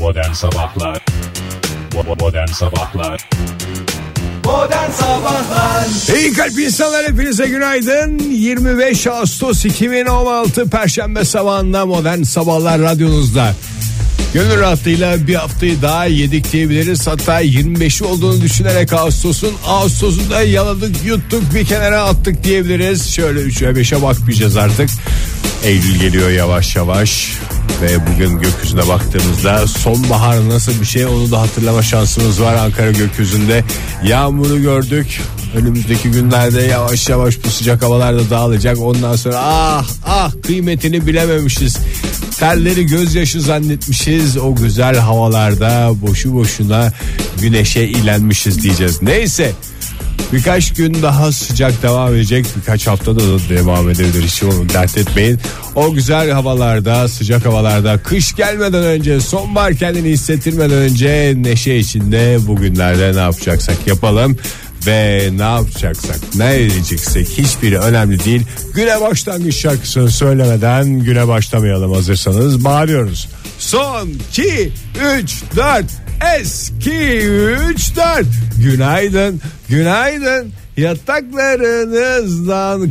Modern Sabahlar. Modern Sabahlar. Modern Sabahlar. İyi kalp insanlar, hepinize günaydın. 25 Ağustos 2016 Perşembe sabahında Modern Sabahlar radyonuzda. Gönül rahatlığıyla bir haftayı daha yedik diyebiliriz. Hatta 25'i olduğunu düşünerek Ağustos'u da yaladık, yuttuk, bir kenara attık diyebiliriz. Şöyle 3'e 5'e bakmayacağız artık. Eylül geliyor yavaş yavaş ve bugün gökyüzüne baktığımızda sonbahar nasıl bir şey onu da hatırlama şansımız var. Ankara gökyüzünde yağmuru gördük. Önümüzdeki günlerde yavaş yavaş bu sıcak havalar da dağılacak. Ondan sonra kıymetini bilememişiz. Terleri gözyaşı zannetmişiz. O güzel havalarda boşu boşuna güneşe ilenmişiz diyeceğiz. Neyse. Birkaç gün daha sıcak devam edecek. Birkaç haftada da devam edebilir. Hiç onu dert etmeyin. O güzel havalarda, sıcak havalarda, kış gelmeden önce, sonbahar kendini hissettirmeden önce neşe içinde bugünlerde ne yapacaksak yapalım. Ve ne yapacaksak, ne edeceksek hiçbiri önemli değil. Güne başlangıç şarkısını söylemeden güne başlamayalım, hazırsanız bağırıyoruz. Son 2 3 4 eski 3 4 günaydın, günaydın. Yataklarınızdan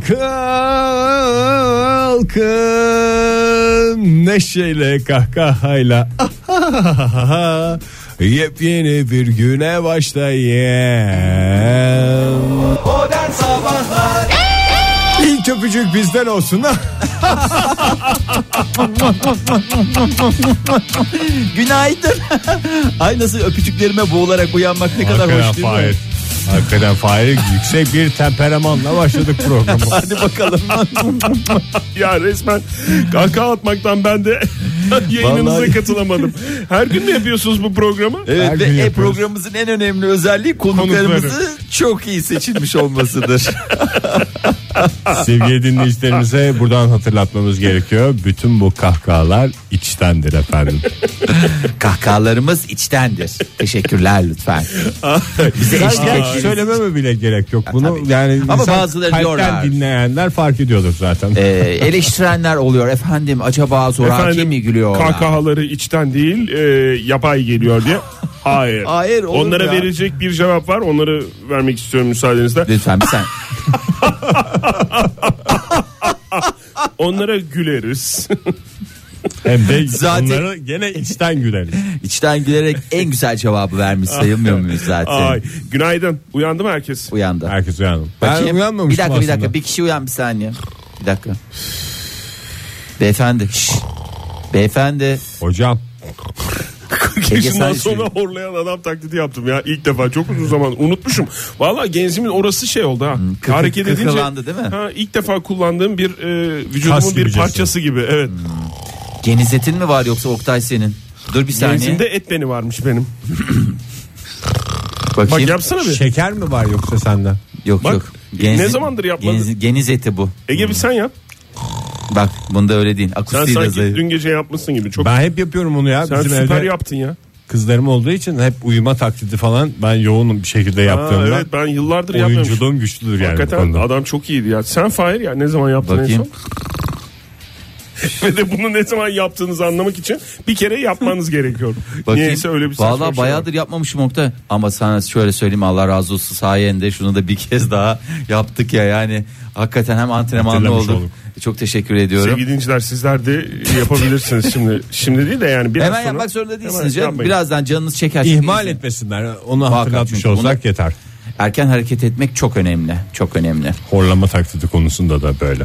kalkın, neşeyle kahkahayla yepyeni bir güne başlayın. Modern Sabahlar. İlk öpücük bizden olsun. Günaydın. Ay, nasıl öpücüklerime boğularak uyanmak ne kadar hoş değil mi? Hakikaten Fahir, yüksek bir temperamanla başladık programı. Hadi bakalım. Ya resmen kahkaha atmaktan ben de yayınınıza Vallahi katılamadım. Her gün mü yapıyorsunuz bu programı? Evet, Her ve gün yapıyoruz. programımızın en önemli özelliği konuklarımızı çok iyi seçilmiş olmasıdır. Sevgili dinleyicilerimize buradan hatırlatmamız gerekiyor. Bütün bu kahkahalar içtendir efendim. Kahkahalarımız içtendir. Teşekkürler lütfen. Bize eşlik ettiniz. Söylememe bile gerek yok bunu. tabii. Yani Ama insan bazıları kalpten diyorlar. dinleyenler fark ediyordur zaten. Eleştirenler oluyor. Efendim acaba zoraki mi gülüyor? Kahkahaları içten değil yapay geliyor diye. Hayır. Hayır, olur Onlara ya. verecek bir cevap var. Onları vermek istiyorum müsaadenizle. Lütfen bir sen. Onlara güleriz. Hem de Zaten- onları gene içten güleriz. İçten gülerek en güzel cevabı vermiş sayılmıyor muyuz zaten? Ay, günaydın. Uyandı mı herkes? Uyandı. Herkes uyandı. Bakayım. Ben uyanmamıştım Bir dakika aslında. bir kişi uyan bir saniye. Bir dakika. Beyefendi. Beyefendi. Hocam. 40 Ege, yaşından sen sonra horlayan adam taklidi yaptım ya. İlk defa, çok uzun zaman unutmuşum. Vallahi genzimin orası şey oldu ha. Hareket edince. kıkırlandı değil mi? Ha, ilk defa kullandığım bir Kas vücudumun bir gibi parçası gibi. Evet. Genizetin mi var yoksa Oktay senin? Dur bir saniye. Genzimde et beni varmış benim. Bakayım. Bak yapsana bir. Şeker mi var yoksa sende? Yok Bak, yok. ne zamandır yapmadın? Geniz eti bu. Ege bir sen yap. Bak bunda öyle değil. Sen Akustiği de sanki zayıf. dün gece yapmışsın gibi. Çok. Ben hep yapıyorum onu ya. Sen Bizim süper evde yaptın ya. kızlarım olduğu için hep uyuma taklidi falan ben yoğun bir şekilde yaptığımda. Evet, ben yıllardır yapmıyorum. Oyunculuğum güçlüdür yani. bu Hakikaten konuda. adam çok iyiydi ya. Sen Fahir ya, ne zaman yaptın Bakayım. en son? Ve de bunu ne zaman yaptığınızı anlamak için bir kere yapmanız gerekiyor. Bakayım. Niyeyse öyle bir saçma Vallahi bir şey bayağıdır yapmamışım Oktay. Ama sana şöyle söyleyeyim, Allah razı olsun, sayende şunu da bir kez daha yaptık ya, yani hakikaten hem antrenmanlı Hatırlamış olduk. olduk. Çok teşekkür ediyorum. Sevgili dinleyiciler, sizler de yapabilirsiniz şimdi. Şimdi değil de yani biraz Hemen sonra. yapmak zorunda Hemen değilsiniz canım. yapmayın. Birazdan canınız çeker. İhmal Çünkü etmesinler. Onu Muhakkak, hatırlatmış çünkü olsak bunu- yeter. erken hareket etmek çok önemli. Çok önemli. Horlama taklidi konusunda da böyle.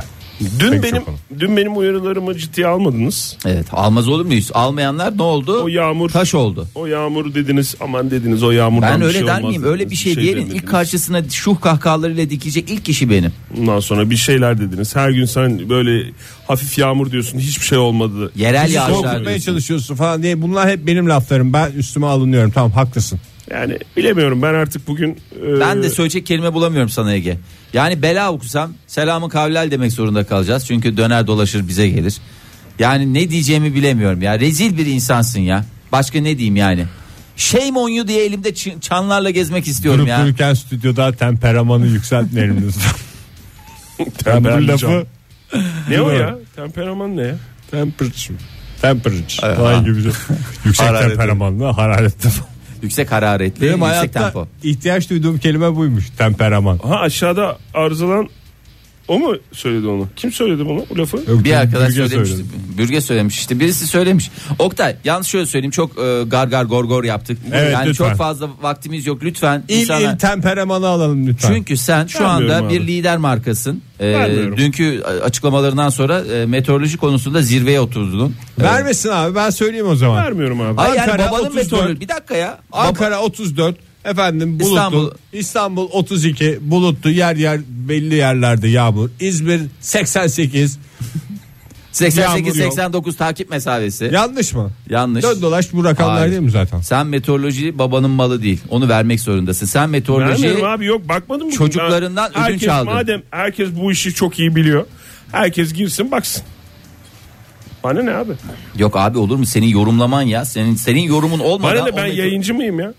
Dün benim uyarılarımı ciddiye almadınız. Evet, almaz olur muyuz? Almayanlar ne oldu? O yağmur. Taş oldu. O yağmur dediniz, aman dediniz, o yağmurdan Ben bir öyle şey der olmaz miyim? dediniz, Öyle bir şey diyelim. demediniz. İlk karşısına şuh kahkahalarıyla dikecek ilk kişi benim. Ondan sonra bir şeyler dediniz. Her gün sen böyle hafif yağmur diyorsun, hiçbir şey olmadı. Yerel yağışlar Korkutmaya diyorsun. çalışıyorsun falan diye, bunlar hep benim laflarım. Ben üstüme alınıyorum. Tamam, haklısın. Yani bilemiyorum, ben artık bugün Ben de söyleyecek kelime bulamıyorum sana Ege. Yani bela okusam selamı kavlel demek zorunda kalacağız. Çünkü döner dolaşır bize gelir. Yani ne diyeceğimi bilemiyorum ya. Rezil bir insansın ya. Başka ne diyeyim yani. Shame on you diye elimde çanlarla gezmek istiyorum Durup ya. dururken stüdyoda temperamanı yükseltmeyelim lütfen. Ben bu Temperli lafı can. Ne o ya? Temperaman ne ya? temperature. Temperature falan gibi. Yüksek Hararetli. temperamanlı, hararetli. Yüksek hararetli, Benim yüksek hayatta tempo. ihtiyaç duyduğum kelime buymuş, temperaman. Ha, aşağıda arızalan o mu söyledi onu? Kim söyledi bunu, bu lafı? Yok, Bir arkadaş Bürge söylemişti. söyledi. Bürge söylemiş işte, birisi söylemiş. Oktay yalnız şöyle söyleyeyim, çok gar gor yaptık. Evet, yani lütfen. çok fazla vaktimiz yok lütfen. İl temperamanı alalım lütfen. Çünkü sen şu Vermiyorum anda bir abi. lider markasın. Vermiyorum. Dünkü açıklamalarından sonra meteoroloji konusunda zirveye oturdun. Vermesin abi, ben söyleyeyim o zaman. Vermiyorum abi. Hayır yani Ankara babanın 34. meteoroloji. Bir dakika ya. Ankara 34, efendim bulutlu. İstanbul 32, bulutlu, yer belli yerlerde yağmur. İzmir 88. Yağmur yok. 88-89 takip mesafesi. Yanlış mı? Yanlış. Dön dolaş bu rakamlar Hayır. değil mi zaten? Sen meteoroloji babanın malı değil. Onu vermek zorundasın. Sen meteoroloji Vermiyorum abi, yok bakmadım. bugün. çocuklarından Ben- ödünç herkes, aldın. Madem herkes bu işi çok iyi biliyor, herkes girsin baksın. Bana ne abi? Yok abi, olur mu? Senin yorumlaman ya. Senin yorumun olmadan. Bana ne, ben o yayıncı mıyım ya?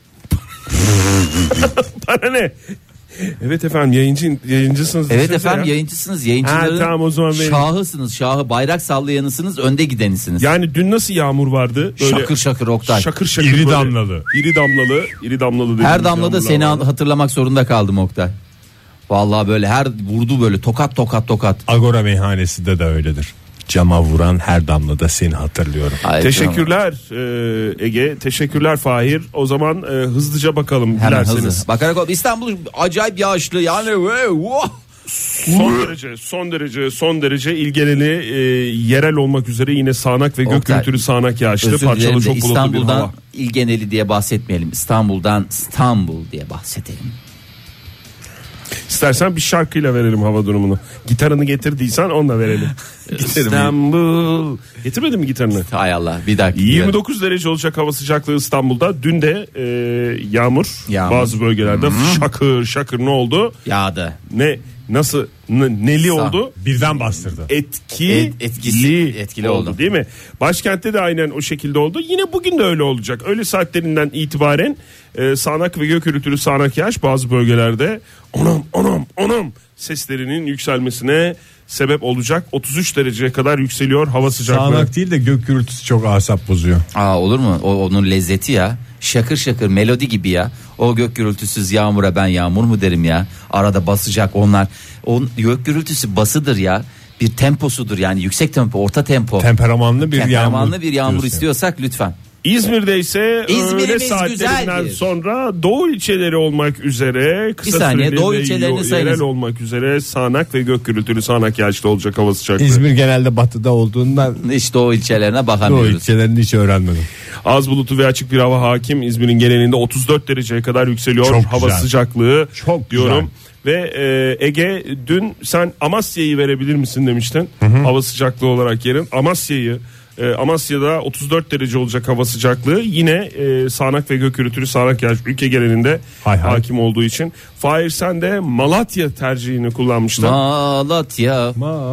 Bana ne? Evet efendim, yayıncısınız. Evet desenize efendim, ya. yayıncısınız. Yayıncıların Ha, tamam, o zaman benim. şahısınız. Şahı, bayrak sallayanısınız, önde gidenisiniz. Yani dün nasıl yağmur vardı? Böyle Şakır şakır Oktay. şakır şakır. İri böyle damlalı. İri damlalı. İri damlalı. Her dediğimiz damlada yağmurlar seni vardı. hatırlamak zorunda kaldım Oktay. Vallahi böyle her vurdu böyle tokat. Agora meyhanesinde de öyledir. Cama vuran her damlada seni hatırlıyorum. Ay, Teşekkürler Ege, teşekkürler Fahir. O zaman hızlıca bakalım Hemen dilerseniz. hızlı. Bakarak İstanbul acayip yağışlı yani. Son derece ilgili yerel olmak üzere yine sağanak ve gök Oktay, gürültülü sağanak yağışlı, Özür dilerim parçalı de çok bulutlu bir İstanbul'dan hava. il geneli diye bahsetmeyelim. İstanbul'dan İstanbul diye bahsedelim. İstersen bir şarkıyla verelim hava durumunu. Gitarını getirdiysen onunla verelim. İstanbul. Getirmedin mi gitarını? Hay Allah, bir dakika. 29 derece olacak hava sıcaklığı İstanbul'da. Dün de yağmur bazı bölgelerde şakır şakır ne oldu? Yağdı. Neli oldu? Birden bastırdı. Etkili oldu. Değil mi? Başkentte de aynen o şekilde oldu. Yine bugün de öyle olacak. Öğle saatlerinden itibaren sağanak ve gök gürültülü sağanak yağış bazı bölgelerde onam seslerinin yükselmesine sebep olacak. 33 dereceye kadar yükseliyor hava sıcaklığı. Sağanak değil de gök gürültüsü çok asap bozuyor. Olur mu? Onun lezzeti ya. Şakır şakır melodi gibi ya. O gök gürültüsüz yağmura ben yağmur mu derim ya. Arada basacak onlar. O gök gürültüsü basıdır ya. Bir temposudur yani, yüksek tempo, orta tempo. Temperamanlı bir Temperamanlı bir yağmur diyorsun. istiyorsak lütfen. İzmir'de ise öğle İzmir'imiz saatlerinden güzeldir. sonra doğu ilçeleri olmak üzere kısa Bir saniye, süreli doğu ve ilçelerini sayınız. yerel olmak üzere sağanak ve gök gürültülü sağanak yağışlı olacak hava sıcaklığı. İzmir genelde batıda olduğundan İşte o ilçelerine o bakamıyoruz. ilçelerini hiç öğrenmedim. Az bulutlu ve açık bir hava hakim. İzmir'in genelinde 34 dereceye kadar yükseliyor Çok hava güzel. sıcaklığı. Çok diyorum. Ve Ege, dün sen Amasya'yı verebilir misin demiştin. Hava sıcaklığı olarak yerin. Amasya'da 34 derece olacak hava sıcaklığı. Yine sağanak ve gök gürültülü sağanak yağış ülke genelinde hakim olduğu için. Fahir, sen de Malatya tercihini kullanmıştın. Malatya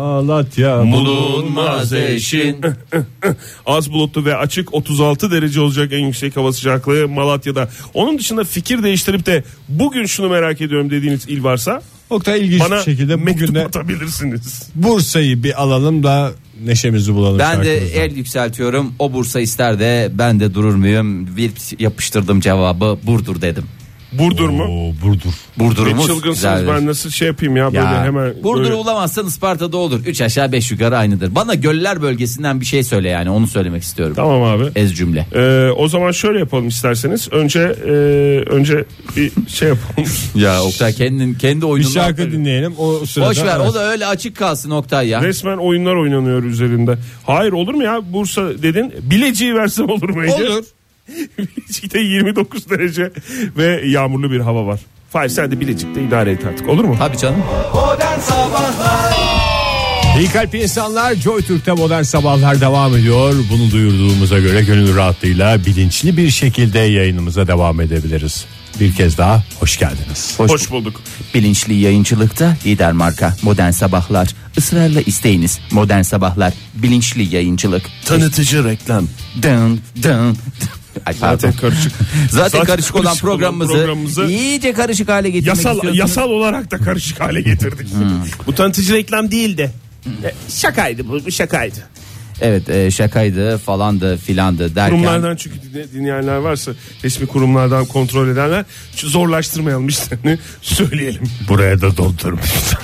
bulunmaz eşin. Az bulutlu ve açık, 36 derece olacak en yüksek hava sıcaklığı Malatya'da. Onun dışında fikir değiştirip de bugün şunu merak ediyorum dediğiniz il varsa Oktay, ilginç bana bir şekilde bugün mektup de atabilirsiniz. Bursa'yı bir alalım da neşemizi bulalım. Ben de şarkımızda. el yükseltiyorum. O Bursa ister de ben de durur muyum? Bir yapıştırdım cevabı, Burdur dedim. Burdur mu? Oo, Burdur. Burdur'umuz Çılgınsınız, güzeldir. ben nasıl şey yapayım ya, böyle hemen. Burdur'u böyle... bulamazsan Isparta'da olur. 3 aşağı 5 yukarı aynıdır. Bana göller bölgesinden bir şey söyle, yani onu söylemek istiyorum. Tamam abi. Ez cümle. O zaman şöyle yapalım isterseniz. Önce bir şey yapalım. Ya Oktay, kendi Bir oyununu. şarkı dinleyelim o sırada. Boş ver, evet. o da öyle açık kalsın Oktay ya. Resmen oyunlar oynanıyor üzerinde. Hayır, olur mu ya? Bursa dedin. Bilecik'i versem olur mu Ege? Olur. Bilecik'te 29 derece ve yağmurlu bir hava var. Fahir, sen de Bilecik'te idare et artık, olur mu? Tabii canım. Modern Sabahlar İyi kalp insanlar, Joy Türk'te modern sabahlar devam ediyor. Bunu duyurduğumuza göre gönül rahatlığıyla bilinçli bir şekilde yayınımıza devam edebiliriz. Bir kez daha hoş geldiniz. Hoş bulduk. Bilinçli yayıncılıkta lider marka Modern Sabahlar. Israrla isteyiniz Modern Sabahlar. Bilinçli yayıncılık. Tanıtıcı reklam. Dın dın. Ay, Zaten pardon. karışık. Zaten karışık olan programımızı iyice karışık hale getirmek istiyorsunuz. Yasal olarak da karışık hale getirdik. Bu tanıtıcı reklam değildi. Şakaydı bu şakaydı. evet şakaydı falandı filandı derken. Kurumlardan çünkü dinleyenler varsa resmi kurumlardan kontrol edenler zorlaştırmayalım işlerini söyleyelim. Buraya da doldurmuşlar.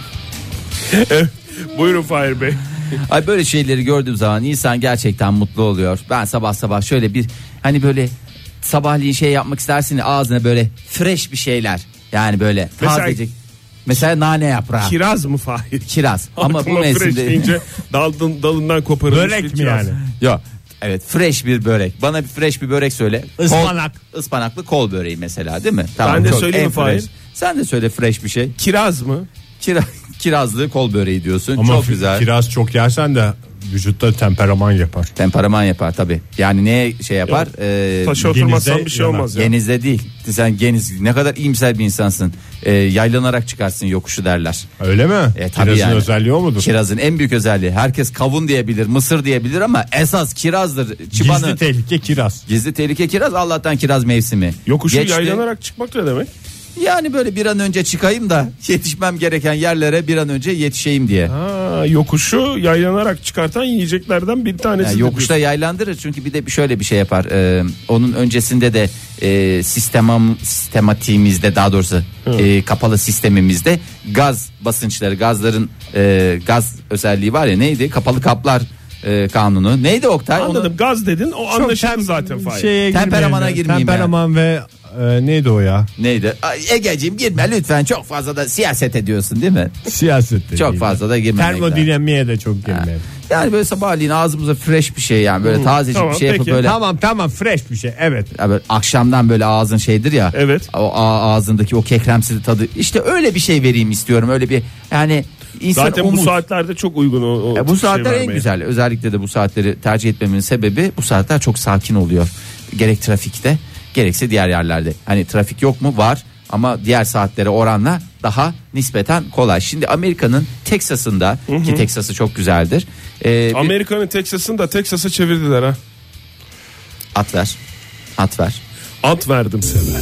Evet, buyurun Fahir Bey. Ay böyle şeyleri gördüğüm zaman insan gerçekten mutlu oluyor. Ben sabah sabah şöyle bir hani böyle sabahleyin şey yapmak istersin ya, ağzına böyle fresh bir şeyler. Yani böyle tazecik. Mesela nane yaprağı. Kiraz mı Fahir? Kiraz. Ama bu Aklıma mevsimde. fresh deyince dalından koparılmış Börek bir mi kiraz. yani? Yok. Evet, fresh bir börek. Bana bir fresh bir börek söyle. Ispanak. Ispanaklı kol böreği mesela, değil mi? Ben de çok söyleyeyim en mi Fahir? fresh. Sen de söyle fresh bir şey. Kiraz mı? Kirazlı kol böreği diyorsun. Ama çok güzel. kiraz çok yersen de vücutta temperaman yapar. Temperaman yapar tabii. Yani neye şey yapar? Taşa oturmazsan Genizde bir şey yanar. olmaz ya. Genizde değil. Sen geniz ne kadar iyimser bir insansın. Yaylanarak çıkarsın yokuşu derler. Öyle mi? Tabii Kirazın yani. özelliği o mudur? Kirazın en büyük özelliği. Herkes kavun diyebilir, mısır diyebilir ama esas kirazdır. Çıbanı. Gizli tehlike kiraz. Gizli tehlike kiraz. Allah'tan kiraz mevsimi. Yokuşu Geçti. yaylanarak çıkmak ne demek? Yani böyle bir an önce çıkayım da yetişmem gereken yerlere bir an önce yetişeyim diye. Ha, yokuşu yaylanarak çıkartan yiyeceklerden bir tanesi. Yani yokuşta yaylandırır çünkü bir de şöyle bir şey yapar. Onun öncesinde de sistematiğimizde, daha doğrusu kapalı sistemimizde gaz basınçları, gazların gaz özelliği var ya, neydi? Kapalı kaplar kanunu. Neydi Oktay? Anladım, gaz dedin, o anlaşıldı zaten Fahir. Temperamana girmeyeyim Temperaman ve neydi o ya? Neydi? Egeciğim girme lütfen, çok fazla da siyaset ediyorsun değil mi? Siyasette. Çok değil. fazla da girmemek lazım. Termodinamiğe de çok girmeyelim. Yani böyle sabahleyin ağzımıza fresh bir şey, yani böyle tazecik tamam, bir şey yapıp peki. böyle. Tamam fresh bir şey, evet. Ya böyle akşamdan böyle ağzın şeydir ya. Evet. O ağzındaki o kekremsi tadı. İşte öyle bir şey vereyim istiyorum. Öyle bir yani insan Zaten umut. bu saatlerde çok uygun o Bu şey saatler en vermeye. güzel. Özellikle de bu saatleri tercih etmemin sebebi, bu saatler çok sakin oluyor. Gerek trafikte gerekse diğer yerlerde. Hani trafik yok mu? Var. Ama diğer saatlere oranla daha nispeten kolay. Şimdi Amerika'nın Teksas'ında, ki Teksas'ı çok güzeldir. Amerika'nın Teksas'ını da Teksas'a çevirdiler ha. At ver. At verdim sana.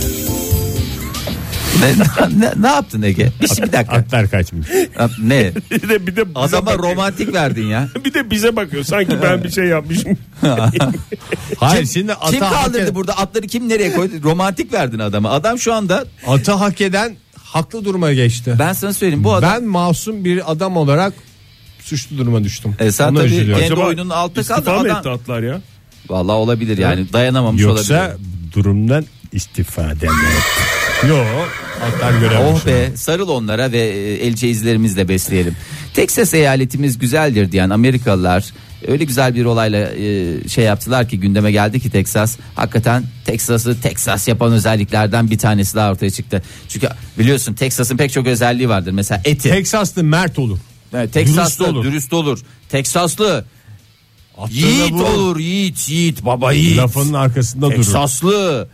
Ne yaptın Ege? Bir dakika. Atlar kaçmış. Ne? bir de bize Adama bakıyor. romantik verdin ya. Bir de bize bakıyor. Sanki ben bir şey yapmışım. Hayır, şimdi Kim kaldırdı burada? Atları kim nereye koydu? Romantik verdin adama. Adam şu anda, atı hak eden haklı duruma geçti. ben sana söyleyeyim, bu adam Ben masum bir adam olarak suçlu duruma düştüm. sen Ona tabii üzülüyorum. kendi Acaba oyunun altında kaldı istifa mı adam. etti atlar ya? Vallahi olabilir yani, dayanamamış Yoksa olabilir. durumdan istifade mi? Yok, atlar görevmiş. Oh be, sarıl onlara ve elçe izlerimizle besleyelim. Teksas eyaletimiz güzeldir diyen Amerikalılar öyle güzel bir olayla şey yaptılar ki, gündeme geldi ki Teksas. Hakikaten Teksas'ı Teksas yapan özelliklerden bir tanesi daha ortaya çıktı. Çünkü biliyorsun Teksas'ın pek çok özelliği vardır. Mesela eti. Teksaslı mert olur. Evet, Teksaslı dürüst olur. dürüst olur. Teksaslı Attığında yiğit vurur. olur, yiğit baba yiğit. Lafının arkasında durur. Teksaslı.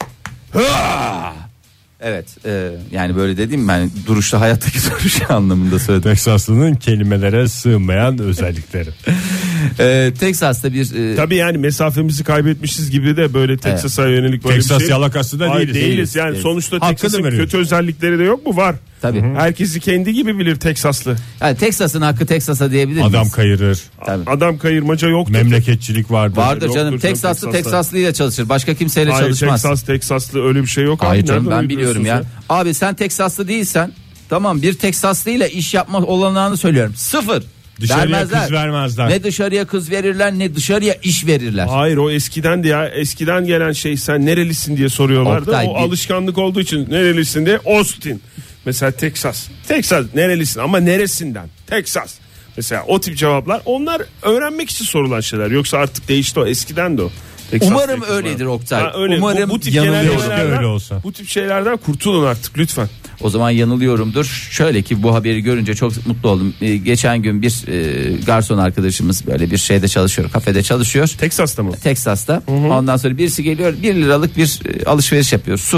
Hıa! Evet, yani böyle dediğim, ben duruşta, hayattaki duruş anlamında söyledim. Teksaslı'nın kelimelere sığmayan özellikleri. Teksas'ta bir Tabii yani mesafemizi kaybetmişiz gibi de böyle Teksas'a yönelik böyle Teksas bir şey. yalakası da Hayır, değiliz. değiliz. Yani Değiliz. sonuçta Hakkını Teksas'ın veriyoruz. kötü özellikleri de yok mu? Var. tabii. Herkesi kendi gibi bilir Teksaslı. Yani Teksas'ın hakkı Teksas'a diyebilir miyiz? Adam kayırır. Tabii. Adam kayırmaca yoktur. Memleketçilik vardır. Vardır Yoktur canım. canım Teksaslı Teksas'ta. Teksaslı'yla çalışır. Başka kimseyle Hayır, çalışmaz. Teksaslı öyle bir şey yok. Hayır abi. canım, Nereden ben biliyorum uyduruyorsunuz ya. Abi sen Teksaslı değilsen, tamam, bir Teksaslıyla iş yapma olanağını söylüyorum. Sıfır. Dışarıya kız vermezler. Ne dışarıya kız verirler, ne dışarıya iş verirler. Hayır, o eskiden de ya, eskiden gelen şey, sen nerelisin diye soruyorlardı. Oktay, o alışkanlık olduğu için nerelisin diye Austin. Mesela Teksas nerelisin ama neresinden? Teksas. Mesela o tip cevaplar, onlar öğrenmek için sorulan şeyler. Yoksa artık değişti, o eskiden de o. Teksas, Umarım Teksas. öyledir Oktay. Ha, öyle. Umarım bu tip yanılıyoruz. genellemelerden- Öyle olsa. Bu tip şeylerden kurtulun artık lütfen. O zaman yanılıyorumdur. Şöyle ki, bu haberi görünce çok mutlu oldum. Geçen gün bir garson arkadaşımız böyle bir şeyde çalışıyor, kafede çalışıyor. Teksas'ta mı? Teksas'ta. Ondan sonra birisi geliyor, 1 liralık bir alışveriş yapıyor. Su.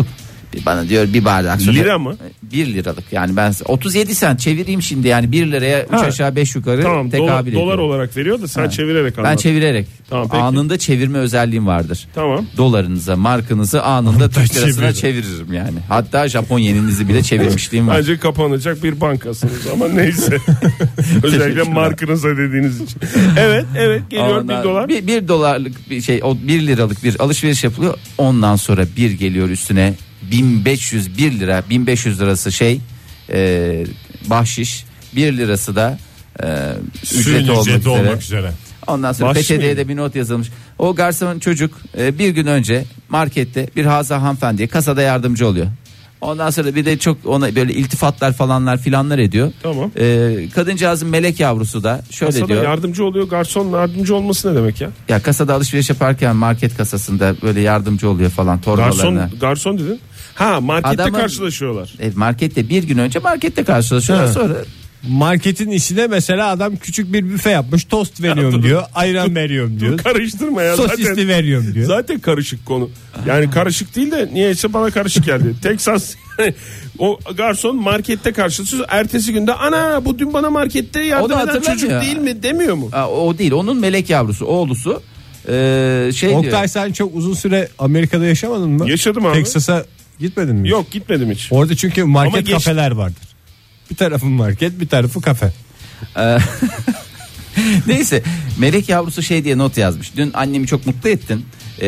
Bana diyor bir bardak su. Lira mı? 1 liralık yani ben 37 sent çevireyim şimdi yani 1 liraya 3 aşağı 5 yukarı Tamam, tekabül ediyor. dolar olarak veriyor da sen çevirerek anlat. Ben çevirerek. Tamam, peki. Anında çevirme özelliğim vardır. Tamam. Dolarınıza, markınızı anında Türk lirasına çeviririm yani. Hatta Japon yeninizi bile çevirmişliğim var. Bence kapanacak bir bankasınız ama neyse. Özellikle markınıza dediğiniz için. Evet geliyor Ondan 1 dolar. 1 dolarlık bir şey, o 1 liralık bir alışveriş yapılıyor. Ondan sonra bir geliyor üstüne 1501 lira, 1500 lirası bahşiş, 1 lirası da ücreti olmak üzere. Ondan sonra peçeteye de bir not yazılmış. O garson çocuk bir gün önce markette bir Hazar hanımefendiye kasada yardımcı oluyor. Ondan sonra bir de çok ona böyle iltifatlar falanlar filanlar ediyor. Tamam. Kadıncağızın melek yavrusu da şöyle kasada diyor. Yardımcı oluyor. Garson yardımcı olması ne demek ya? Ya kasada alışveriş yaparken market kasasında böyle yardımcı oluyor falan torbalarına. Garson dedin. Ha, markette Adamın, karşılaşıyorlar. Markette bir gün önce markette karşılaşıyorlar sonra. Marketin içine mesela adam küçük bir büfe yapmış, tost veriyorum diyor, ayran veriyorum diyor. Karıştırma ya. Sosisli veriyorum diyor. Zaten karışık konu. Yani karışık değil de niyeyse bana karışık geldi. Texas o garson markette karşılaşıyor. Ertesi günde ana bu dün bana markette yardım eden çocuk değil mi demiyor mu? O değil, onun melek yavrusu, oğlusu. Oktay diyor. sen çok uzun süre Amerika'da yaşamadın mı? Yaşadım abi. Texas'a gitmedin mi? Yok, gitmedim hiç. Orada çünkü market Ama kafeler vardır. Bir tarafı market, bir tarafı kafe. Neyse, melek yavrusu diye not yazmış. Dün annemi çok mutlu ettin.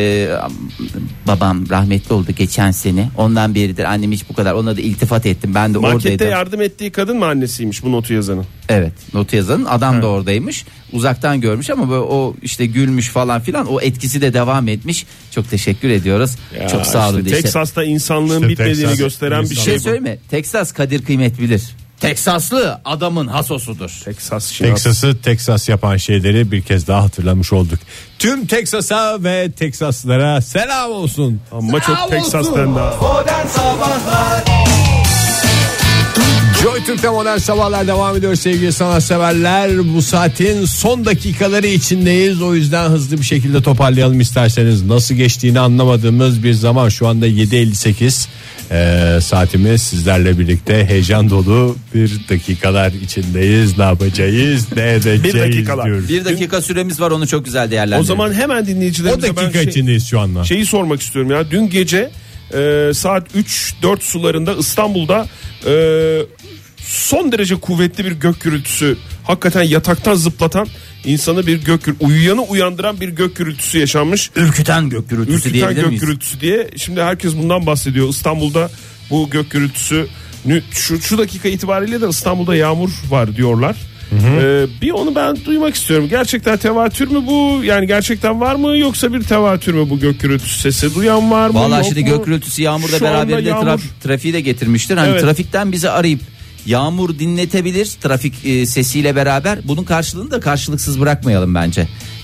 Babam rahmetli oldu geçen sene. Ondan beridir annem hiç bu kadar, ona da iltifat ettim. Ben de Markette oradaydım. yardım ettiği kadın mı annesiymiş bu notu yazanın? Evet, notu yazanın adam da oradaymış. Uzaktan görmüş ama böyle o gülmüş falan filan, o etkisi de devam etmiş. Çok teşekkür ediyoruz. Ya çok sağ olun. Texas'ta insanlığın bitmediğini gösteren bir Bir şey şey bu. söyleme. Texas kadir kıymet bilir. Teksaslı adamın hasosudur. Texas'ı Texas yapan şeyleri bir kez daha hatırlamış olduk. Tüm Texas'a ve Texaslılara selam olsun. Ama çok Texas'tan daha. Modern Sabahlar. Joy Türk'te Modern Sabahlar devam ediyor sevgili sanatseverler. Bu saatin son dakikaları içindeyiz. O yüzden hızlı bir şekilde toparlayalım isterseniz. Nasıl geçtiğini anlamadığımız bir zaman, şu anda 7.58 saatimiz, sizlerle birlikte heyecan dolu bir dakikalar içindeyiz. Ne yapacağız, ne edeceğiz Bir dakikalar. diyoruz. 1 dakika süremiz var, onu çok güzel değerlendirelim. O zaman hemen O dinleyicilerimize dakika içindeyiz şu anda. şeyi sormak istiyorum ya. Dün gece saat 3-4 sularında İstanbul'da son derece kuvvetli bir gök gürültüsü, hakikaten yataktan zıplatan insanı bir uyuyanı uyandıran bir gök gürültüsü yaşanmış. Ürküten gök gürültüsü Ürküten diyebilir gök miyiz? gürültüsü diye. Şimdi herkes bundan bahsediyor. İstanbul'da bu gök gürültüsü şu dakika itibariyle de İstanbul'da yağmur var diyorlar. Bir onu ben duymak istiyorum. Gerçekten tevatür mü bu? Yani gerçekten var mı, yoksa bir tevatür mü bu gök gürültüsü sesi? Duyan var mı? Vallahi yok şimdi mu? gök gürültüsü yağmurla Şu anda beraberinde yağmur. trafiği de getirmiştir. Hani Evet. trafikten bizi arayıp yağmur dinletebilir trafik sesiyle beraber. Bunun karşılığını da karşılıksız bırakmayalım bence.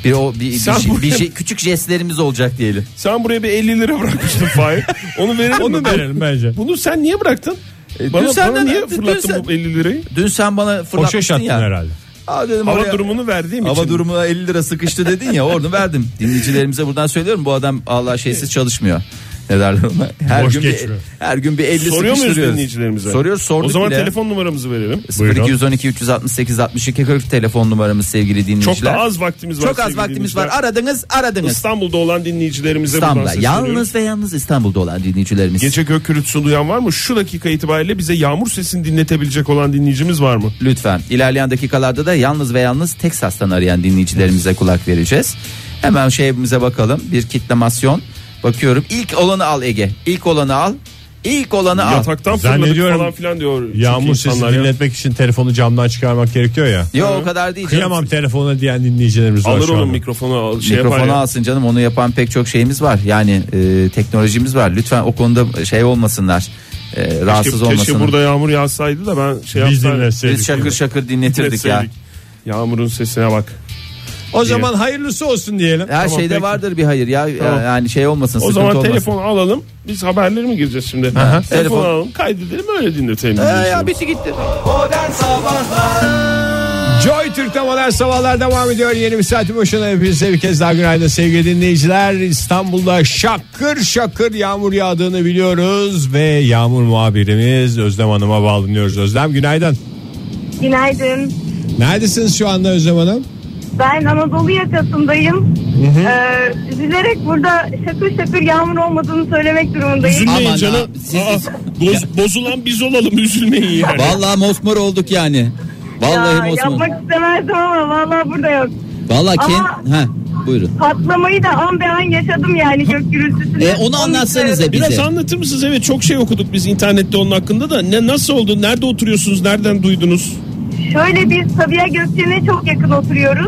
Küçük jestlerimiz olacak diyelim. Sen buraya bir 50 lira bırakmıştın Fahir. Onu verelim mi? Onu verelim bence. Bunu sen niye bıraktın? Bana niye fırlattın bu 50 lirayı? Dün sen bana Hoşa fırlatmıştın şattın ya. herhalde. Dedim Hava oraya, durumunu verdiğim hava için. durumuna 50 lira sıkıştı dedin ya, onu verdim. Dinleyicilerimize buradan söylüyorum, bu adam Allah şeysiz çalışmıyor. Ne derler ona? Her gün bir 50 Soruyor muyuz sıkıştırıyoruz. dinleyicilerimize? Sorduk O zaman bile. telefon numaramızı verelim. 0212 368 62 40 telefon numaramız sevgili dinleyiciler. Çok da az vaktimiz var. Çok az sevgili vaktimiz var. dinleyiciler. Aradınız. İstanbul'da olan dinleyicilerimize buradan İstanbul'da. sesleniyoruz. Yalnız ve yalnız İstanbul'da olan dinleyicilerimiz. Gece gök gürültüsü duyan var mı? Şu dakika itibariyle bize yağmur sesini dinletebilecek olan dinleyicimiz var mı? Lütfen. İlerleyen dakikalarda da yalnız ve yalnız Teksas'tan arayan dinleyicilerimize kulak vereceğiz. Hemen şeyimize bakalım. Bir kitlemasyon. Bakıyorum. İlk olanı al Ege. İlk olanı al. Yataktan fırladık Zannediyorum falan filan diyor. Yağmur sesi dinletmek için telefonu camdan çıkarmak gerekiyor ya. Yok o kadar değil. Kıyamam telefona diyen dinleyicilerimiz var Alır şu onun anda. mikrofonu. Mikrofonu alsın canım, onu yapan pek çok şeyimiz var. Yani teknolojimiz var. Lütfen o konuda şey olmasınlar. Rahatsız olmasınlar. Keşke burada yağmur yağsaydı da ben şey Biz yapsaydım. dinleseydik. Biz şakır şakır dinletirdik ya. Yağmurun sesine bak. O zaman hayırlısı olsun diyelim. Her Tamam, şeyde peki. vardır bir hayır ya. Tamam. Yani şey olmasın, O sıkıntı zaman olmasın. telefonu alalım. Biz haberleri mi gireceğiz şimdi? Aha. Telefonu Telefon. alalım, kaydedelim, öyle dinletelim. Ya bitti gitti. Modern Sabahlar. Joy Türk'te modern sabahlar devam ediyor. Yeni bir saatin başına hepinize bir kez daha günaydın sevgili dinleyiciler. İstanbul'da şakır şakır yağmur yağdığını biliyoruz ve yağmur muhabirimiz Özlem Hanım'a bağlanıyoruz. Özlem günaydın. Günaydın. Neredesiniz şu anda Özlem Hanım? Ben Anadolu yakasındayım. Üzülerek burada şakır şakır yağmur olmadığını söylemek durumundayım. Üzülmeyin Aman canım. ha, siz- Bozulan biz olalım, üzülmeyin yani. Vallahi mosmor olduk yani. Vallahi mosmor. Yapmak istemezdim ama vallahi burada yok. Vallahi Ama- buyurun. Patlamayı da an be an yaşadım yani gök gürültüsünü. Onu anlatsanıza bize. Biraz anlatır mısınız? Evet, çok şey okuduk biz internette onun hakkında da. Nasıl oldu? Nerede oturuyorsunuz? Nereden duydunuz? Şöyle biz Sabiha Gökçen'e çok yakın oturuyoruz.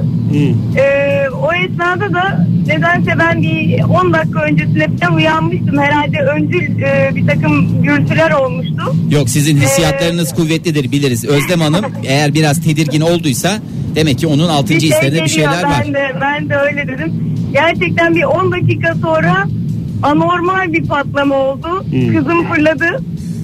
O esnada da nedense ben bir 10 dakika öncesinde falan uyanmıştım. Herhalde öncül bir takım gürültüler olmuştu. Yok, sizin hissiyatlarınız kuvvetlidir, biliriz. Özlem Hanım eğer biraz tedirgin olduysa demek ki onun 6. hislerinde bir şeyler var. Ben de öyle dedim. Gerçekten bir 10 dakika sonra anormal bir patlama oldu. Kızım fırladı.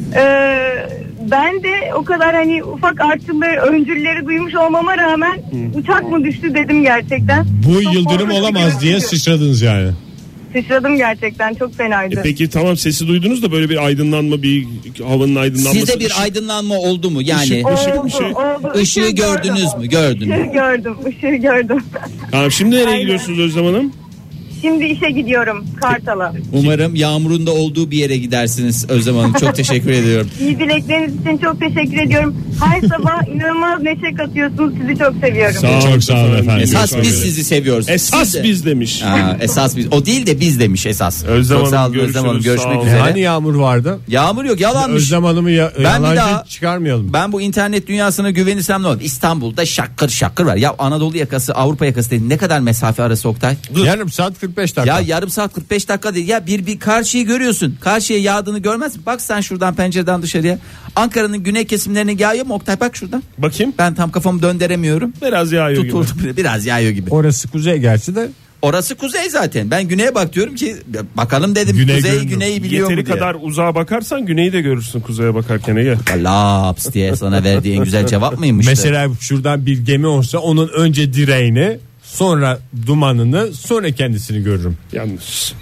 Ben de o kadar hani ufak artçıları, öncülleri duymuş olmama rağmen uçak mı düştü dedim gerçekten. Bu Çok yıldırım korkunç bir olamaz diye görüntü. sıçradınız yani. Sıçradım gerçekten, çok fenaydı. Peki tamam, sesi duydunuz da böyle bir aydınlanma, bir havanın aydınlanması. Sizde bir aydınlanma oldu mu? Yani Oldu. ışığı gördünüz mü? Gördünüz. Işığı gördüm. Tamam, şimdi nereye Aynen. gidiyorsunuz Özlem Hanım? Şimdi işe gidiyorum Kartal'a. Umarım yağmurun da olduğu bir yere gidersiniz Özlem Hanım. Çok teşekkür ediyorum. İyi dilekleriniz için çok teşekkür ediyorum. Her sabah inanılmaz neşe katıyorsunuz. Sizi çok seviyorum. Çok sağ olun efendim. Esas Görüşmek biz üzere. sizi seviyoruz. Esas Siz de- biz demiş. Esas biz. O değil de biz demiş esas. Özlem Çok sağ Hanım, olun Özlem Hanım. görüşürüz. Sağ Görüşmek olun. üzere. Hani yağmur vardı? Yağmur yok, yalanmış. Özlem Hanım'ı yalancı çıkarmayalım. Ben bu internet dünyasına güvenirsem ne olur? İstanbul'da şakır şakır var. Ya Anadolu yakası, Avrupa yakası değil. Ne kadar mesafe arası Oktay? Yarım saat 45 dakika. Ya yarım saat 45 dakika değil. Ya bir karşıyı görüyorsun. Karşıya yağdığını görmezsin. Bak sen şuradan pencereden dışarıya. Ankara'nın güney kesimlerine yağıyor mu Oktay? Bak şuradan. Bakayım. Ben tam kafamı döndüremiyorum. Biraz yağıyor gibi. Tutuldu biraz yağıyor gibi. Orası kuzey gerçi de. Orası kuzey zaten. Ben güneye bak diyorum ki bakalım dedim. Güney Kuzey görünüyor. güneyi biliyor Yeteri mu diye. kadar uzağa bakarsan güneyi de görürsün kuzeye bakarken. Ege. Laps diye sana verdiği en güzel cevap mıymış? Mesela şuradan bir gemi olsa onun önce direğini, sonra dumanını, sonra kendisini görürüm. Yanlış.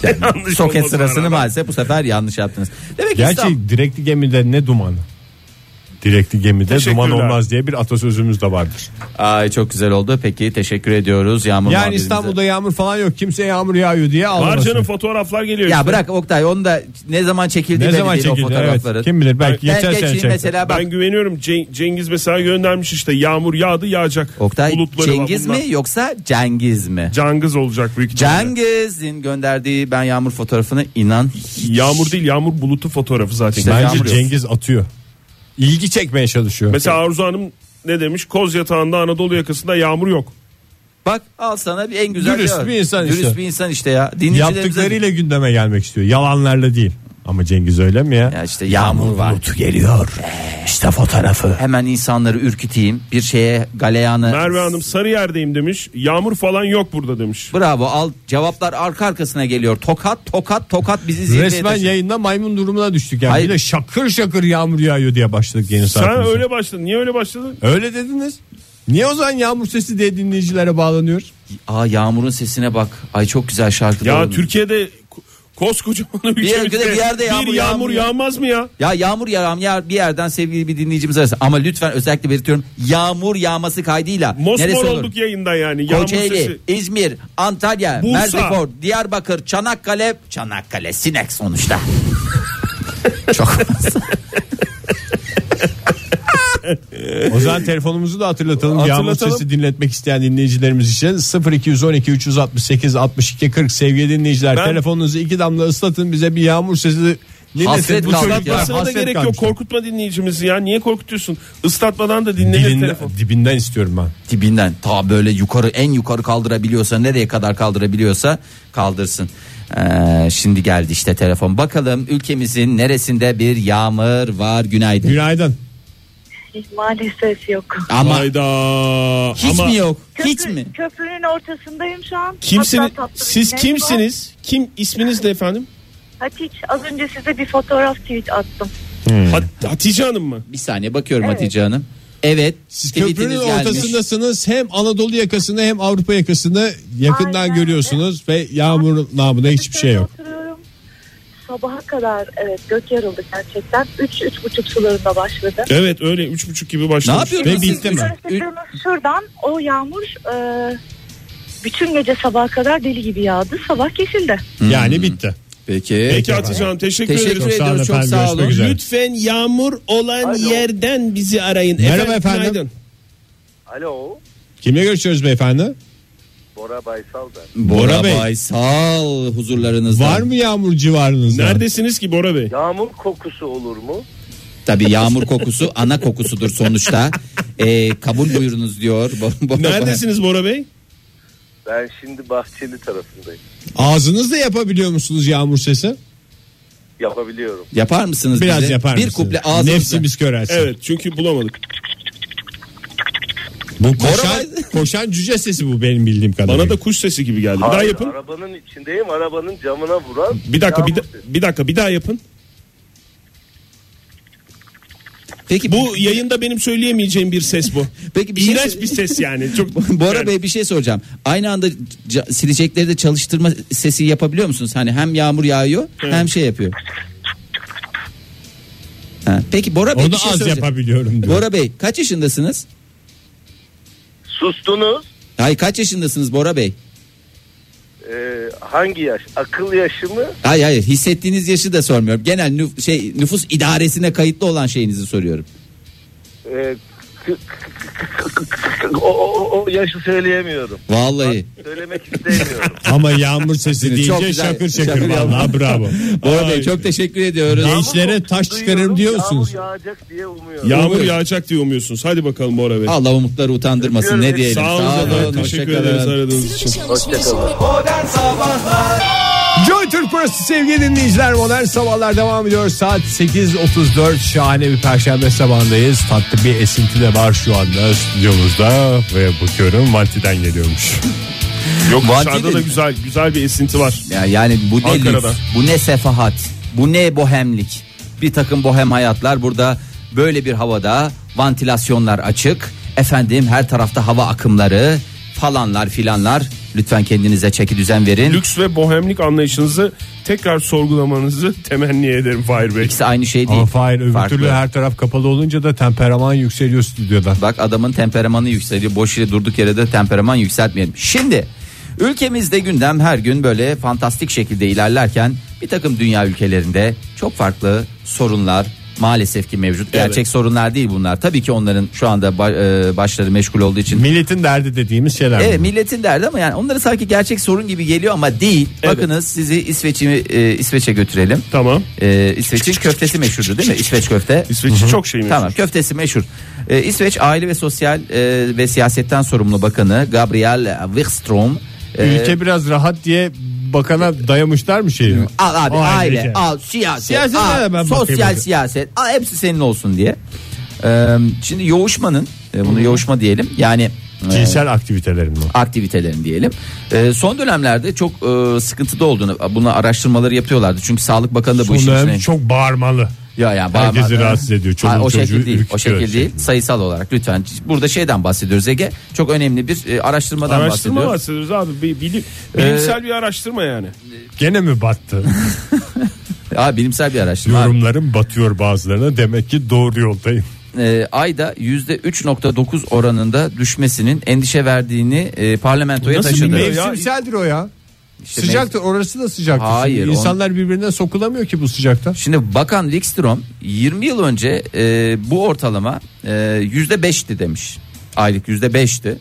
Soket olmasına sırasını rağmen. maalesef bu sefer yanlış yaptınız. Demek ki Gerçi direkli gemide ne dumanı? Direkli gemide duman Teşekkürler. olmaz diye bir atasözümüz de vardır. Ay çok güzel oldu. Peki teşekkür ediyoruz Yağmur Yani muhabirimize. İstanbul'da yağmur falan yok. Kimse yağmur yağıyor diye Var ağlamasın. canım, fotoğraflar geliyor Ya işte. bırak Oktay, onu da ne zaman çekildi Ne belli zaman değil o çekildi? fotoğrafların. Evet. Kim bilir belki Ben geçen sene geçeyim çekti. mesela bak. Ben güveniyorum. Cengiz mesela göndermiş işte, yağmur yağdı yağacak. Oktay Bulutları var Cengiz bunlar. mi yoksa Cengiz mi? Cengiz olacak büyük ihtimalle. Cengiz'in gönderdiği ben yağmur fotoğrafını inan. Yağmur değil, yağmur bulutu fotoğrafı zaten. İşte yağmur Bence yok. Cengiz atıyor. İlgi çekmeye çalışıyor. Mesela Arzu Hanım ne demiş? Koz yatağında Anadolu yakasında yağmur yok. Bak al sana bir en güzel Dürüst cevap. bir insan Dürüst işte. bir insan işte ya. Dinleyicilerimize... Yaptıklarıyla gündeme gelmek istiyor. Yalanlarla değil. Ama Cengiz öyle mi ya? Ya işte yağmur var. Geliyor. İşte fotoğrafı. Hemen insanları ürküteyim. Bir şeye galeyanı. Merve Hanım Sarıyer'deyim demiş. Yağmur falan yok burada demiş. Bravo, al cevaplar arka arkasına geliyor. Tokat bizi zirveye Resmen taşıdı. yayında maymun durumuna düştük yani. Hayır. Bir de şakır şakır yağmur yağıyor diye başladık yeni Sen saatimize. öyle başladın. Niye öyle başladın? Öyle dediniz. Niye o zaman yağmur sesi diye dinleyicilere bağlanıyoruz? Aa yağmurun sesine bak. Ay çok güzel şarkı. Ya oldu. Türkiye'de koskocaman ülkemizde bir yerde yağmur yağmur yağmaz mı ya? Ya yağmur yağar bir yerden sevgili bir dinleyicimiz arasında. Ama lütfen özellikle belirtiyorum. Yağmur yağması kaydıyla. neresi Mosmor olur? olduk yayında yani. Yağmur Kocaeli, sesi. İzmir, Antalya, Bursa. Merzifor, Diyarbakır, Çanakkale, Sinek sonuçta. Çok O zaman telefonumuzu da hatırlatalım. Yağmur Hatırlatalım. sesi dinletmek isteyen dinleyicilerimiz için 0212 368 62 40 sevgili dinleyiciler. Ben- Telefonunuzu 2 damla ıslatın, bize bir yağmur sesi dinletin. Hasret Bu kaldık çocuklar ya. Islatmasına da hasret gerek yok. kalmışlar. Korkutma dinleyicimizi ya. Niye korkutuyorsun? Islatmadan da dinlenir telefon. Dibinden istiyorum ben. dibinden ta böyle yukarı en yukarı kaldırabiliyorsa nereye kadar kaldırabiliyorsa kaldırsın. Şimdi geldi işte telefon. Bakalım ülkemizin neresinde bir yağmur var? Günaydın. Günaydın. Maalesef yok. Ama Hayda. hiç Ama mi yok? Hiç mi? Köprünün ortasındayım şu an. kimsiniz? Hatta tatlı bir Siz güneş kimsiniz? Kim isminiz de efendim? var. Hatice, az önce size bir fotoğraf tweet attım. Hatice Hanım mı? Bir saniye bakıyorum Evet. Hatice Hanım. Evet. Siz tweetiniz köprünün gelmiş. ortasındasınız. Hem Anadolu yakasını hem Avrupa yakasını yakından Aynen. görüyorsunuz ve yağmur namına hiçbir şey yok. Oturuyorum. Sabaha kadar gök yarıldı gerçekten. 3-3,5 sularında başladı. Evet öyle 3.30 gibi Ne başlamış. yapıyorsunuz Ve siz? bitti mi? Şuradan o yağmur bütün gece sabaha kadar deli gibi yağdı. Sabah kesildi. Yani bitti. Peki. Peki Hatice Hanım teşekkür Teşekkür ederiz. ediyoruz. Çok efendim, sağ görüşmek olun. üzere. Lütfen yağmur olan yerden bizi arayın. Merhaba efendim. günaydın. Alo, Kimle görüşüyoruz beyefendi? Bora Baysal ben. Bora Bey. Baysal huzurlarınızda. Var mı yağmur civarınızda? Neredesiniz ki Bora Bey? Yağmur kokusu olur mu? Tabii yağmur kokusu ana kokusudur sonuçta. Kabul buyurunuz diyor. Neredesiniz Bora Bey? Ben şimdi Bahçeli tarafındayım. Ağzınızla yapabiliyor musunuz yağmur sesi? Yapabiliyorum. Yapar mısınız Biraz bize? yapar Bir mısınız? kuple ağzınızda. Nefsimiz körelsin. Evet çünkü bulamadık. Bu koşan cüce sesi bu benim bildiğim kadarıyla. Bana da kuş sesi gibi geldi. Bir daha Hayır, yapın. arabanın içindeyim. Arabanın camına vuran. Bir dakika yağmur bir daha yapın. Peki Bu yayında benim söyleyemeyeceğim bir ses bu. Peki bir şey İğrenç bir ses yani. Çok Bora yani. Bey bir şey soracağım. Aynı anda silecekleri de çalıştırma sesi yapabiliyor musunuz? Hani hem yağmur yağıyor hem şey yapıyor. Ha, peki Bora Bey Onu bir şey az soracağım. yapabiliyorum diyor. Bora Bey kaç yaşındasınız? Sustunuz. Hayır kaç yaşındasınız Bora Bey? Hangi yaş? Akıl yaşı mı? Hayır hissettiğiniz yaşı da sormuyorum. Genel nüfus idaresine kayıtlı olan şeyinizi soruyorum. O yaşı söyleyemiyorum. Vallahi. Söylemek istemiyorum. Ama yağmur sesi Çok deyince güzel. şakır şakır Şakır vallahi bravo. Bora Bey çok teşekkür ediyoruz. Gençlere taş çıkarırım diyor musunuz? Yağmur yağacak diye umuyorum. Yağmur yağacak diye umuyorsunuz. Hadi bakalım Bora Bey. Allah umutları utandırmasın ne diyelim. Sağ olun efendim. Teşekkür ederiz aradığınız için. Hoşçakalın. Modern Sabahlar Joy Türk burası sevgili dinleyiciler. Modern Sabahlar devam ediyor. Saat 8.34 şahane bir perşembe sabahındayız. Tatlı bir esinti de var şu anda stüdyomuzda. Ve bakıyorum Manti'den geliyormuş. Yok Vanti dışarıda de- da güzel bir esinti var. Yani bu ne Ankara'da. lüks, bu ne sefahat, bu ne bohemlik. Bir takım bohem hayatlar burada böyle bir havada vantilasyonlar açık. Efendim her tarafta hava akımları falanlar filanlar. Lütfen kendinize çeki düzen verin. Lüks ve bohemlik anlayışınızı tekrar sorgulamanızı temenni ederim Fahir Bey. İkisi aynı şey değil. Ama Fahir öbür Farklı. türlü her taraf kapalı olunca da temperaman yükseliyor stüdyoda. Bak adamın temperamanı yükseliyor. Boş yere durduk yere de temperaman yükseltmeyelim. Şimdi ülkemizde gündem her gün böyle fantastik şekilde ilerlerken bir takım dünya ülkelerinde çok farklı sorunlar maalesef ki mevcut. Gerçek Evet. sorunlar değil bunlar. Tabii ki onların şu anda başları meşgul olduğu için. Milletin derdi dediğimiz şeyler. Evet bunlar. milletin derdi ama yani onları sanki gerçek sorun gibi geliyor ama değil. Evet. Bakınız sizi İsveç'e götürelim. Tamam. İsveç'in köftesi meşhurdu değil mi? İsveç köfte. İsveç'in çok şey meşhur. Tamam köftesi meşhur. İsveç Aile ve Sosyal ve Siyasetten Sorumlu Bakanı Gabriel Wikström. Ülke biraz rahat diye bakana dayamışlar mı şeyi? Al abi O aile, şey. al siyaset, Siyasete al, de ben sosyal bakayım. siyaset, al, hepsi senin olsun diye. Şimdi yoğuşmanın, bunu yoğuşma diyelim yani Cinsel aktivitelerin mi? aktivitelerin diyelim. Son dönemlerde çok sıkıntıda olduğunu, bunu araştırmaları yapıyorlardı. Çünkü Sağlık Bakanı da bu işin içine. Çok bağırmalı. Yani Herkesi rahatsız ediyor. Çoluğun o çocuğu şekil değil. O ürkütüyor şekil değil. Sayısal olarak lütfen. Burada şeyden bahsediyoruz Ege. Çok önemli bir araştırmadan Araştırma bahsediyoruz. bahsediyoruz abi. Bilimsel bir araştırma yani. Gene mi battı? Bilimsel bir araştırma. Abi. Yorumlarım batıyor bazılarına. Demek ki doğru yoldayım. Ayda %3.9 oranında düşmesinin endişe verdiğini parlamentoya Nasıl taşıdı. bilmiyor ya? Mevsimseldir o ya. İşte Sıcaktır, orası da sıcaktır. Hayır, İnsanlar birbirine sokulamıyor ki bu sıcakta. Şimdi Bakan Wikström 20 yıl önce bu ortalama %5'ti demiş. Aylık %5'ti.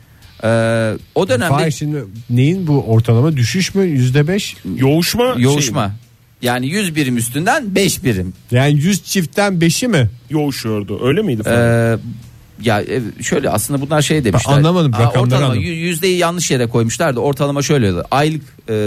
O dönemde Fahir şimdi neyin bu ortalama düşüş mü? %5? Yoğuşma. yoğuşma. Yani 100 birim üstünden 5 birim. Yani 100 çiftten 5'i mi? Yoğuşuyordu. Öyle miydi? Ya şöyle aslında bunlar şey demişler. anlamadım, rakamları Ortalama anlamadım. yüzdeyi yanlış yere koymuşlar da ortalama şöyle oluyor. Aylık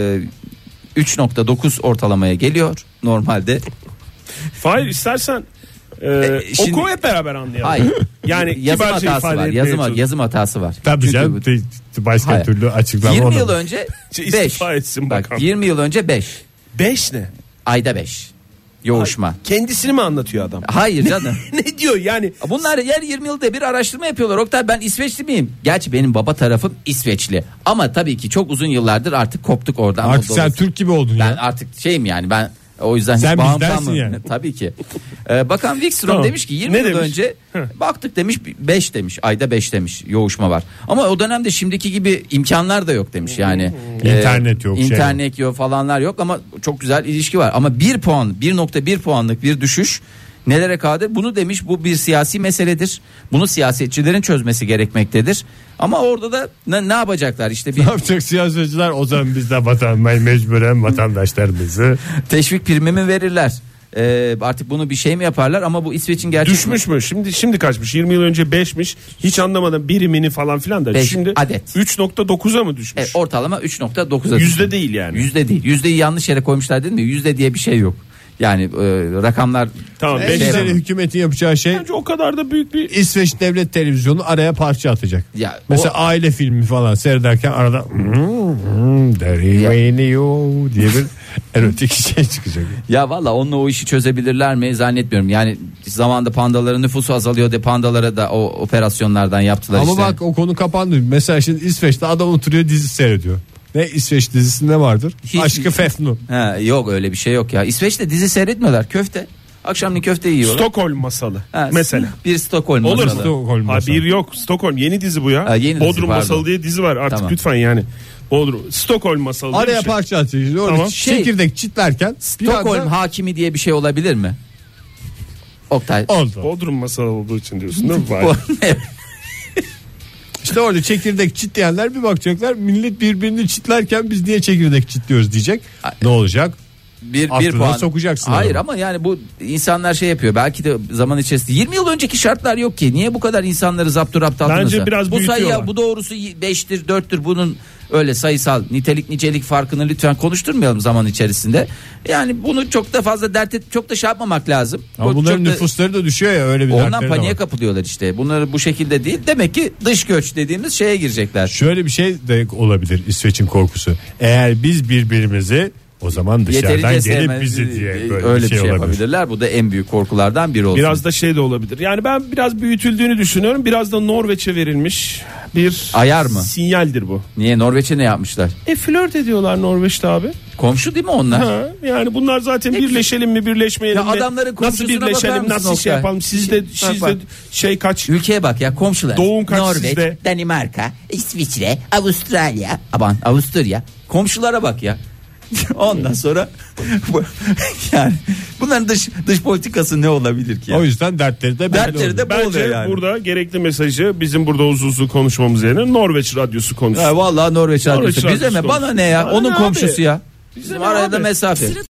3.9 ortalamaya geliyor normalde. Fahir istersen şimdi- oku hep beraber anlayalım. Hayır. Yani Yazım kibarca hatası ifade var. etmeye çalış. Yazım hatası var. Tabii Çünkü canım. Başka Hayır. türlü açıklama 20 yıl olamaz. önce İstifa 5. etsin Bak bakalım. 20 yıl önce 5. 5 ne? Ayda 5. yoğuşma. Kendisini mi anlatıyor adam? Hayır canım. Ne diyor yani? Bunlar her 20 yılda bir araştırma yapıyorlar. Oktay, ben İsveçli miyim? Gerçi benim baba tarafım İsveçli. Ama tabii ki çok uzun yıllardır artık koptuk oradan. Artık sen Türk gibi oldun Ben ya. artık şeyim yani, ben o yüzden Sen hiç bağım bizdensin kalmadı. yani. Tabii ki. Bakan Wikström Tamam. demiş ki 20 Ne yıl demiş? önce baktık demiş, 5 demiş, ayda 5 demiş yoğuşma var. Ama o dönemde şimdiki gibi imkanlar da yok demiş yani. İnternet yok, İnternet yok falanlar yok ama çok güzel ilişki var. Ama 1 puan, 1.1 puanlık bir düşüş nelere kadir? Bunu demiş, bu bir siyasi meseledir. Bunu siyasetçilerin çözmesi gerekmektedir. Ama orada da ne yapacaklar işte, bir Ne yapacak siyasetçiler? O zaman biz de mecburen vatandaşlarımızı teşvik primi mi verirler? Artık bunu bir şey mi yaparlar? Ama bu İsveç'in gerçek Düşmüş mü? Şimdi kaçmış? 20 yıl önce 5'miş. Hiç anlamadım birimini falan filan da. 5 Şimdi adet. 3.9'a mı düşmüş? Ortalama 3.9'a. Yüzde değil yani. Yüzde değil. Yüzdeyi yanlış yere koymuşlar değil mi? Yüzde diye bir şey yok. Yani rakamlar Tamam, en güzel yapalım. hükumetin yapacağı şey Bence o kadar da büyük bir İsveç devlet televizyonu araya parça atacak. Ya, Mesela aile filmi falan seyrederken arada diye bir erotik şey çıkacak. ya valla onunla o işi çözebilirler mi zannetmiyorum. Yani zamanında pandaların nüfusu azalıyor de pandalara da o operasyonlardan yaptılar Ama işte. bak o konu kapandı. Mesela şimdi İsveç'te adam oturuyor dizi seyrediyor. Ne İsveç dizisinde vardır? Hiç- Aşkı Fefnu. Yok öyle bir şey yok ya. İsveç'te dizi seyretmiyorlar, köfte. Akşamleyin köfte yiyorlar. Stockholm masalı mesela. Bir Stockholm Olur masalı. Stockholm Ha, masalı. bir yok. Stockholm yeni dizi bu ya. Ha, yeni dizi, Bodrum pardon. masalı diye dizi var artık, Tamam. lütfen yani. Bodrum Stockholm masalı diye Araya bir şey. parça atıyor. Orada Tamam. çekirdek çitlerken bir Stockholm anda hakimi diye bir şey olabilir mi? Oktay. oldu. Bodrum masalı olduğu için diyorsun değil mi? Vay. İşte orada çekirdek çitleyenler bir bakacaklar. Millet birbirini çitlerken biz niye çekirdek çitliyoruz diyecek. Ne olacak? bir Aklına puan sokacaksın Hayır adamı. ama yani bu insanlar şey yapıyor. Belki de zaman içerisinde 20 yıl önceki şartlar yok ki. Niye bu kadar insanları zapturapt altınıza? Bence biraz bu sayı büyütüyorlar. bu doğrusu 5'tir 4'tür, bunun öyle sayısal nitelik nicelik farkını lütfen konuşturmayalım zaman içerisinde. Yani bunu çok da fazla dert et, çok da şey yapmamak lazım. Ama Bu bunların çok da- nüfusları da düşüyor ya, öyle bir ondan dertleri de paniğe var. kapılıyorlar işte. Bunları bu şekilde değil. Demek ki dış göç dediğimiz şeye girecekler. Şöyle bir şey de olabilir İsveç'in korkusu. Eğer biz birbirimizi, o zaman dışarıdan Yeterince gelip sevmez- bizi diye böyle öyle bir şey olabilir. yapabilirler. Bu da en büyük korkulardan biri olsun. Biraz da şey de olabilir. Yani ben biraz büyütüldüğünü düşünüyorum. Biraz da Norveç'e verilmiş bir Ayar mı? sinyaldir bu. Niye, Norveç'e ne yapmışlar? Flört ediyorlar Norveç'te abi. Komşu değil mi onlar? Ha, yani bunlar zaten birleşelim mi birleşmeyelim Ya mi? adamların Nasıl komşusuna bakar birleşelim, mısın nasıl şey Oktay? yapalım? Sizde Bak. şey kaç? Ülkeye bak ya, komşular. Doğum kaç Norveç, sizde? Danimarka, İsviçre, Avustralya. Aman Avusturya. Komşulara bak ya. Ondan sonra yani bunların dış politikası ne olabilir ki ya? O yüzden dertleri de belli Dertleri oluyor. de bu Bence oluyor yani. burada gerekli mesajı bizim burada uzun uzun konuşmamız yerine Norveç radyosu konuşsun. Ya vallahi Norveç radyosu. Bize radyosu ne? Bana ne ya? Bana Onun ne komşusu abi? ya. Bize Bizim ne arada abi? mesafe.